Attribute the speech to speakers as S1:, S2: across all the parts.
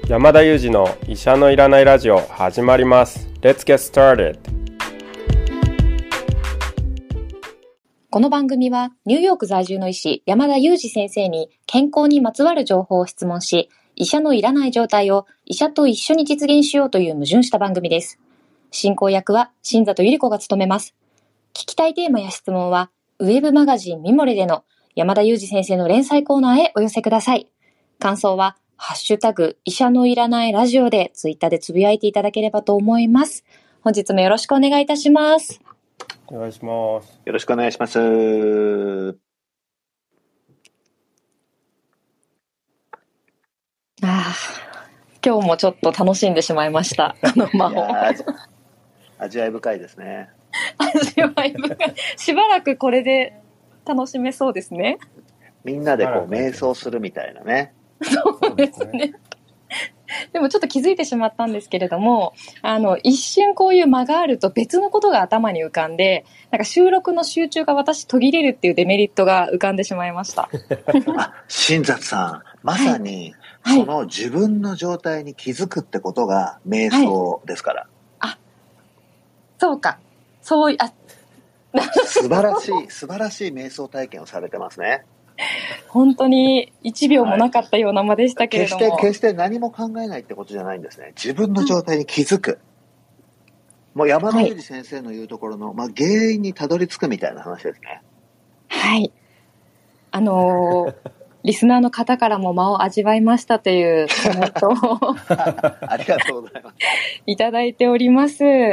S1: 山田裕二の医者のいらないラジオ始まります。 Let's get started。
S2: この番組はニューヨーク在住の医師山田裕二先生に健康にまつわる情報を質問し、医者のいらない状態を医者と一緒に実現しようという矛盾した番組です。進行役は新里ゆり子が務めます。聞きたいテーマや質問はウェブマガジンミモレでの山田裕二先生の連載コーナーへお寄せください。感想はハッシュタグ医者のいらないラジオでツイッターでつぶやいていただければと思います。本日もよろしくお願いいたします。
S1: お願いします。
S3: よろしくお願いします。
S2: 今日もちょっと楽しんでしまいました。間を
S3: 味わい深いですね。
S2: 味わい深い。しばらくこれで楽しめそうですね。
S3: みんなでこう瞑想するみたいなね。
S2: そうですね。でもちょっと気づいてしまったんですけれども、一瞬こういう間があると別のことが頭に浮かんで、なんか収録の集中が私途切れるっていうデメリットが浮かんでしまいました。
S3: 新里さん、まさにその自分の状態に気づくってことが瞑想ですから。
S2: そうか。そういう、
S3: 素晴らしい瞑想体験をされてますね。
S2: 本当に1秒もなかったような間でしたけれども、
S3: 決して何も考えないってことじゃないんですね。自分の状態に気づく。もう山田裕二先生の言うところの、原因にたどり着くみたいな話ですね。
S2: はい。リスナーの方からも間を味わいましたというコメントを
S3: ありがとうございます。
S2: いただいております。はい。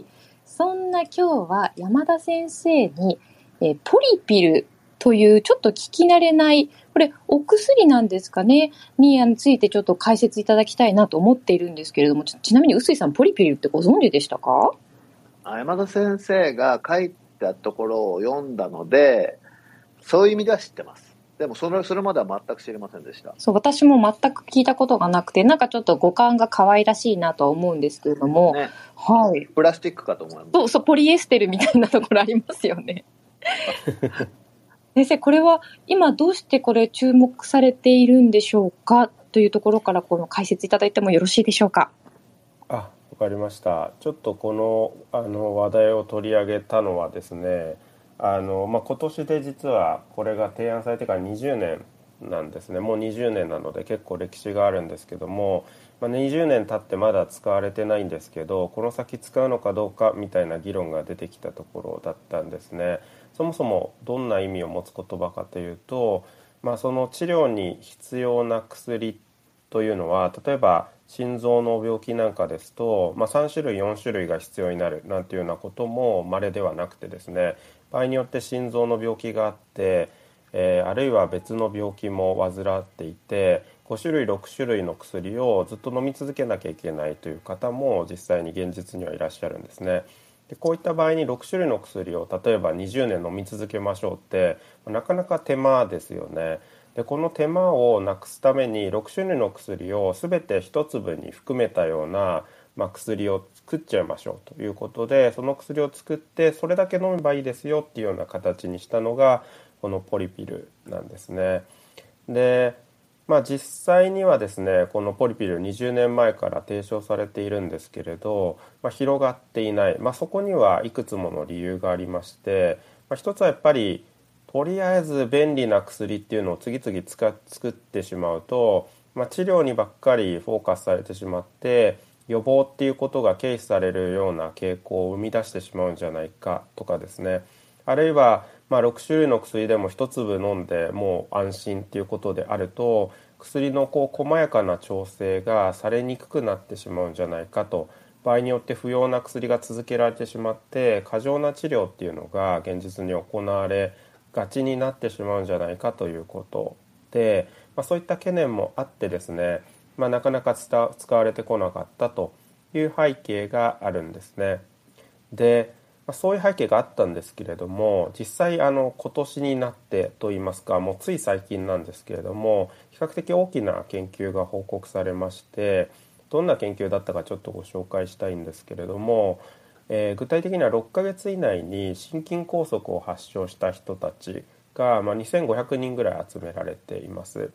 S2: そんな今日は山田先生に、ポリピルというちょっと聞き慣れない、これお薬なんですかねについてちょっと解説いただきたいなと思っているんですけれども、ちなみに臼井さん、ポリピルってご存知でしたか？
S3: 山田先生が書いたところを読んだので、そういう意味では知ってます。でもそれまでは全く知りませんでした。
S2: そう、私も全く聞いたことがなくて、なんかちょっと語感が可愛らしいなとは思うんですけれども、
S3: ね、
S2: はい。
S3: プラスチックかと思います。
S2: そう、ポリエステルみたいなところありますよね。先生、これは今どうしてこれ注目されているんでしょうかというところからこの解説いただいてもよろしいでしょうか？
S1: わかりました。ちょっとこの話題を取り上げたのはですね、今年で実はこれが提案されてから20年なんですね。もう20年なので結構歴史があるんですけども、20年経ってまだ使われてないんですけど、この先使うのかどうかみたいな議論が出てきたところだったんですね。そもそもどんな意味を持つ言葉かというと、その治療に必要な薬というのは、例えば心臓の病気なんかですと、3種類4種類が必要になるなんていうようなことも稀ではなくてですね、場合によって心臓の病気があって、あるいは別の病気も患っていて、5種類6種類の薬をずっと飲み続けなきゃいけないという方も実際に現実にはいらっしゃるんですね。でこういった場合に6種類の薬を例えば20年飲み続けましょうってなかなか手間ですよね。でこの手間をなくすために6種類の薬を全て一粒に含めたような、薬を作っちゃいましょうということで、その薬を作ってそれだけ飲めばいいですよっていうような形にしたのがこのポリピルなんですね。で実際にはですね、このポリピル20年前から提唱されているんですけれど、広がっていない、そこにはいくつもの理由がありまして、一つはやっぱりとりあえず便利な薬っていうのを次々作ってしまうと、治療にばっかりフォーカスされてしまって予防っていうことが軽視されるような傾向を生み出してしまうんじゃないかとかですね、あるいは6種類の薬でも一粒飲んでもう安心っていうことであると、薬の細やかな調整がされにくくなってしまうんじゃないかと、場合によって不要な薬が続けられてしまって過剰な治療っていうのが現実に行われがちになってしまうんじゃないかということで、そういった懸念もあってですね、なかなか使われてこなかったという背景があるんですね。でそういう背景があったんですけれども、実際今年になってといいますか、もうつい最近なんですけれども、比較的大きな研究が報告されまして、どんな研究だったかちょっとご紹介したいんですけれども、具体的には6ヶ月以内に心筋梗塞を発症した人たちが、2500人ぐらい集められています。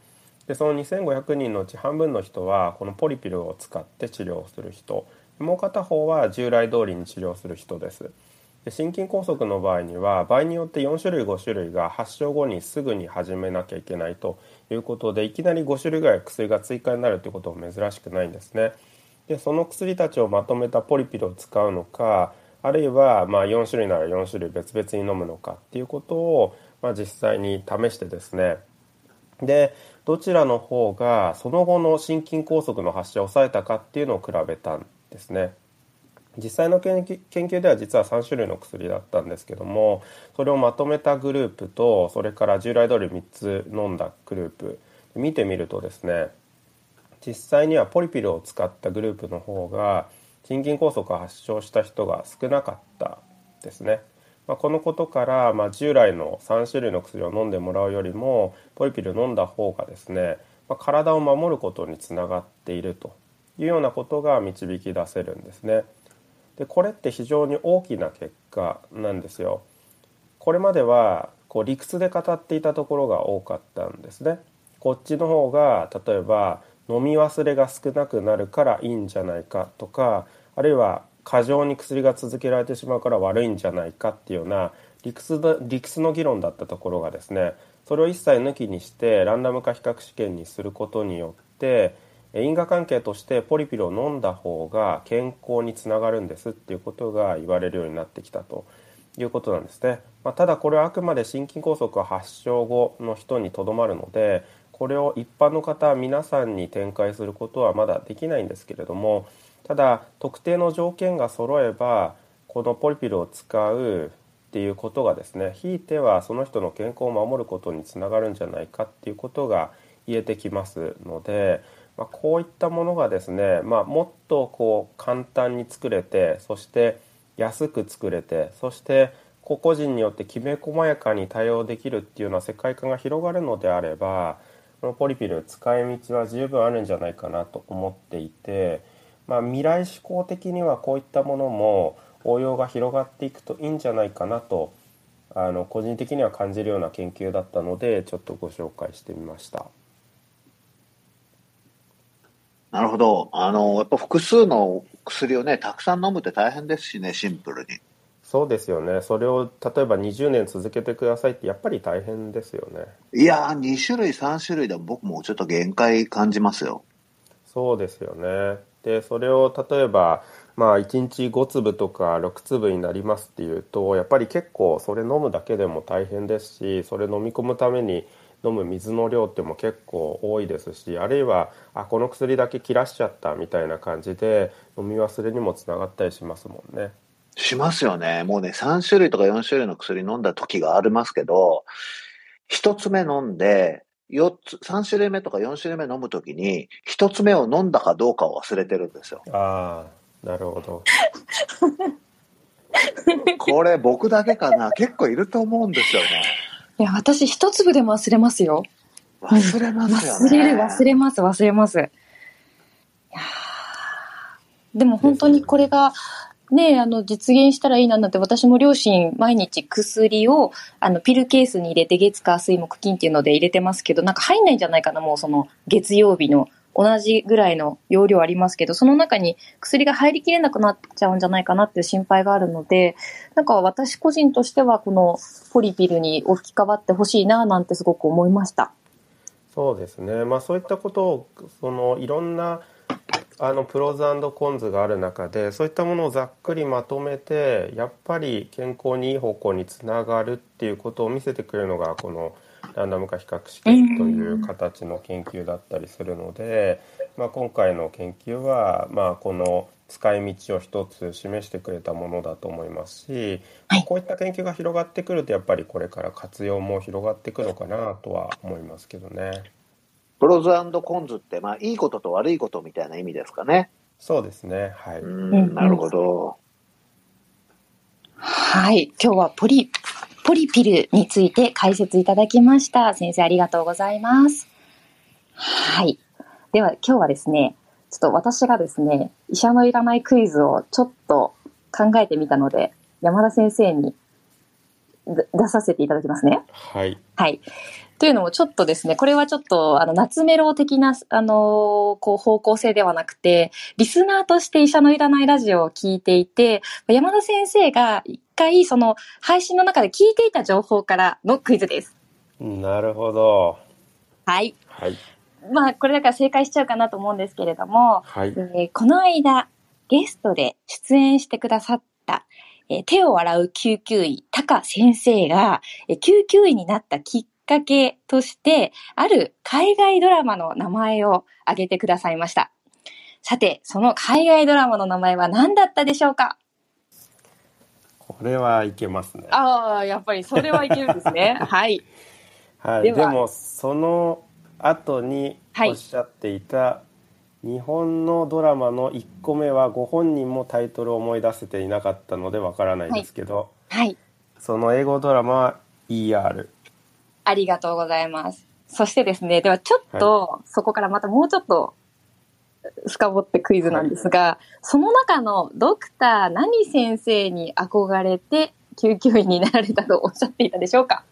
S1: でその2500人のうち半分の人はこのポリピルを使って治療する人、もう片方は従来通りに治療する人です。で心筋梗塞の場合には場合によって4種類5種類が発症後にすぐに始めなきゃいけないということで、いきなり5種類ぐらい薬が追加になるということも珍しくないんですね。でその薬たちをまとめたポリピルを使うのか、あるいは4種類なら4種類別々に飲むのかっていうことを実際に試してですね、でどちらの方がその後の心筋梗塞の発症を抑えたかっていうのを比べたんですね。実際の研究では実は3種類の薬だったんですけども、それをまとめたグループとそれから従来通り3つ飲んだグループ見てみるとですね、実際にはポリピルを使ったグループの方が心筋梗塞を発症した人が少なかったですね。このことから、従来の3種類の薬を飲んでもらうよりもポリピルを飲んだ方がですね、体を守ることにつながっているというようなことが導き出せるんですね。でこれって非常に大きな結果なんですよ。これまでは理屈で語っていたところが多かったんですね。こっちの方が例えば飲み忘れが少なくなるからいいんじゃないかとか、あるいは過剰に薬が続けられてしまうから悪いんじゃないかっていうような理屈の議論だったところがですね、それを一切抜きにしてランダム化比較試験にすることによって因果関係としてポリピルを飲んだ方が健康につながるんですっていうことが言われるようになってきたということなんですね。ただこれはあくまで心筋梗塞発症後の人にとどまるので、これを一般の方皆さんに展開することはまだできないんですけれども、ただ特定の条件が揃えばこのポリピルを使うっていうことがですね、ひいてはその人の健康を守ることにつながるんじゃないかっていうことが言えてきますので、こういったものがですね、もっと簡単に作れて、そして安く作れて、そして個々人によってきめ細やかに対応できるっていうような世界観が広がるのであれば、このポリピル使い道は十分あるんじゃないかなと思っていて、未来志向的にはこういったものも応用が広がっていくといいんじゃないかなと個人的には感じるような研究だったので、ちょっとご紹介してみました。
S3: なるほど。やっぱ複数の薬をね、たくさん飲むって大変ですしね、シンプルに。
S1: そうですよね。それを例えば20年続けてくださいってやっぱり大変ですよね。
S3: いやー、2種類、3種類でも僕もちょっと限界感じますよ。
S1: そうですよね。で、それを例えば、1日5粒とか6粒になりますっていうと、やっぱり結構それ飲むだけでも大変ですし、それ飲み込むために飲む水の量っても結構多いですし、あるいはこの薬だけ切らしちゃったみたいな感じで飲み忘れにもつながったりしますもんね。
S3: しますよね。もうね、3種類とか4種類の薬飲んだ時がありますけど、1つ目飲んで、3種類目とか4種類目飲む時に、1つ目を飲んだかどうかを忘れてるんですよ。
S1: ああ、なるほど。
S3: これ僕だけかな、結構いると思うんですよね。
S2: いや、私一粒でも忘れますよ。
S3: 忘れますよね。
S2: 忘れます。いやでも本当にこれがね、実現したらいいななんて、私も両親毎日薬をピルケースに入れて月火水木金っていうので入れてますけど、なんか入んないんじゃないかな、もうその月曜日の同じぐらいの容量ありますけど、その中に薬が入りきれなくなっちゃうんじゃないかなっていう心配があるので、なんか私個人としてはこのポリピルに置き換わってほしいななんてすごく思いました。
S1: そうですね。そういったことをいろんなプロズ&コンズがある中で、そういったものをざっくりまとめて、やっぱり健康にいい方向につながるっていうことを見せてくれるのがこのランダム化比較試験という形の研究だったりするので、今回の研究は、この使い道を一つ示してくれたものだと思いますし、こういった研究が広がってくるとやっぱりこれから活用も広がっていくのかなとは思いますけどね。
S3: プロズ&コンズって、いいことと悪いことみたいな意味ですかね。
S1: そうですね。はい。
S3: なるほど。
S2: はい。今日はポリピルについて解説いただきました。先生ありがとうございます。はい。では今日はですね、ちょっと私がですね、医者のいらないクイズをちょっと考えてみたので、山田先生に出させていただきますね。
S1: はい。
S2: はい。 というのもちょっとですね、これはちょっと夏メロ的なこう方向性ではなくて、リスナーとして医者のいらないラジオを聞いていて、山田先生が一回その配信の中で聞いていた情報からのクイズです。
S1: なるほど。
S2: はい。
S1: はい。
S2: まあこれだから正解しちゃうかなと思うんですけれども、
S1: はい。
S2: この間ゲストで出演してくださった、手を洗う救急医タカ先生が、救急医になったきっかけとして、ある海外ドラマの名前を挙げてくださいました。さて、その海外ドラマの名前は何だったでしょうか？
S1: これはいけますね。
S2: ああ、やっぱりそれはいけるんですね。はい。
S1: はい。でも、その後におっしゃっていた、日本のドラマの1個目はご本人もタイトルを思い出せていなかったのでわからないですけど、
S2: はい。
S1: その英語ドラマは ER。
S2: ありがとうございます。そしてですね、ではちょっと、そこからまたもうちょっと深掘ってクイズなんですが、その中のドクター何先生に憧れて救急医になられたとおっしゃっていたでしょうか？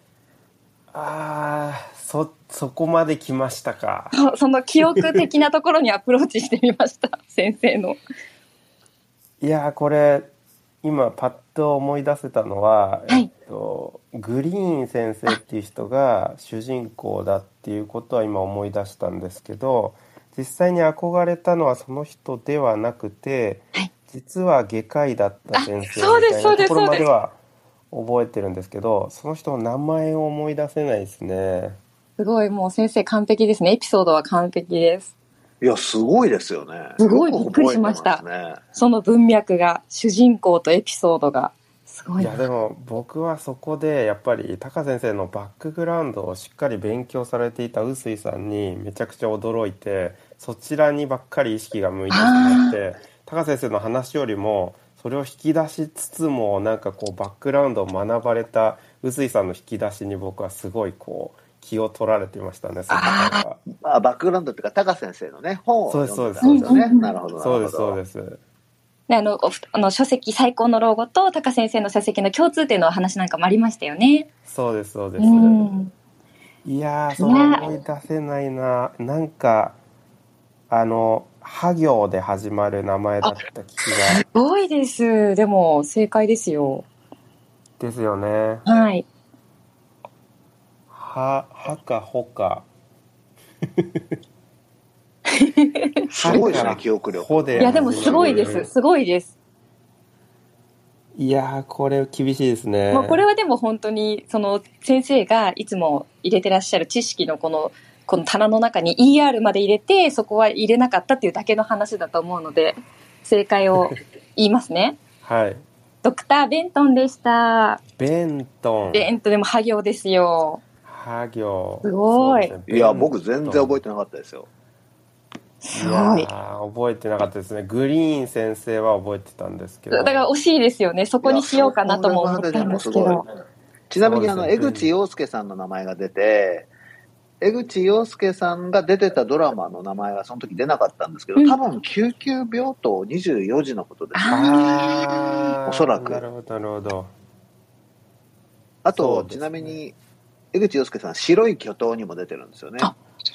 S1: そこまで来ましたか。
S2: その記憶的なところにアプローチしてみました先生の。
S1: いやこれ今パッと思い出せたのは、
S2: はい、
S1: グリーン先生っていう人が主人公だっていうことは今思い出したんですけど、実際に憧れたのはその人ではなくて、
S2: はい、
S1: 実は外科医だった先生みたいなところまでは覚えてるんですけど、その人の名前を思い出せないですね。
S2: すごい、もう先生完璧ですね。エピソードは完璧です。
S3: いや、すごいですよね。
S2: すごいびっくりしました。その文脈が、主人公とエピソードがすごい。
S1: いやでも僕はそこでやっぱりタカ先生のバックグラウンドをしっかり勉強されていた臼井さんにめちゃくちゃ驚いて、そちらにばっかり意識が向いてしまって、タカ先生の話よりもそれを引き出しつつもなんかこうバックグラウンドを学ばれた臼井さんの引き出しに僕はすごいこう気を取られていましたね。そこから
S3: バックグラウンドっていうかタカ先生のね本を読んでた
S1: んですよ
S3: ね。なるほど。
S1: そうです
S2: で書籍最高の老後とタカ先生の書籍の共通点の話なんかもありましたよね。
S1: そうです。いやそれ思い出せないな。なんかは行で始まる名前だった気が。
S2: すごいです。でも正解ですよ。
S1: ですよね。
S2: はい。
S1: はかほか。
S3: すごいですね、記憶力。
S2: いやでもすごいです。すごいです。
S1: いやこれ厳しいですね。
S2: まあ、これはでも本当にその先生がいつも入れてらっしゃる知識のこの棚の中に ER まで入れて、そこは入れなかったっていうだけの話だと思うので、正解を言いますね。
S1: はい。
S2: ドクター・ベントンでした。
S1: ベントン
S2: でもは行ですよ。
S1: は行。
S2: すごい。
S3: いや僕全然覚えてなかったですよ。
S2: すごい。
S1: 覚えてなかったですね。グリーン先生は覚えてたんですけど。
S2: だから惜しいですよね。そこにしようかなとも思ったんですけど。
S3: ちなみに江口洋介さんの名前が出て、江口洋介さんが出てたドラマの名前はその時出なかったんですけど、多分救急病棟24時のことです。おそらく。
S1: なるほど。
S3: あと、ちなみに江口洋介さん白い巨頭にも出てるんですよね。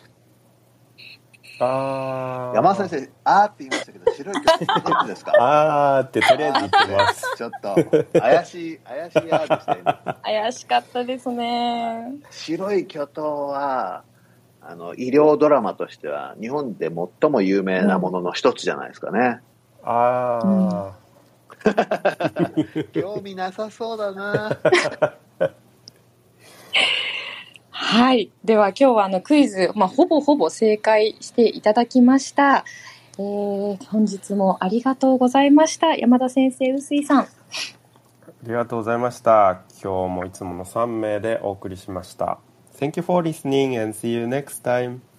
S3: 山田先生、あーって言いましたけど、白い巨頭どっちですか？
S1: あーってとりあえず言ってます。
S3: ちょっと怪しいあーでした今。
S2: 怪しかったですね。
S3: 白い巨頭は医療ドラマとしては日本で最も有名なものの一つじゃないですかね。興味なさそうだな。
S2: はい。では今日はクイズ、ほぼ正解していただきました。本日もありがとうございました。山田先生、臼井さん。あ
S1: りがとうございました。今日もいつもの3名でお送りしました。Thank you for listening and see you next time.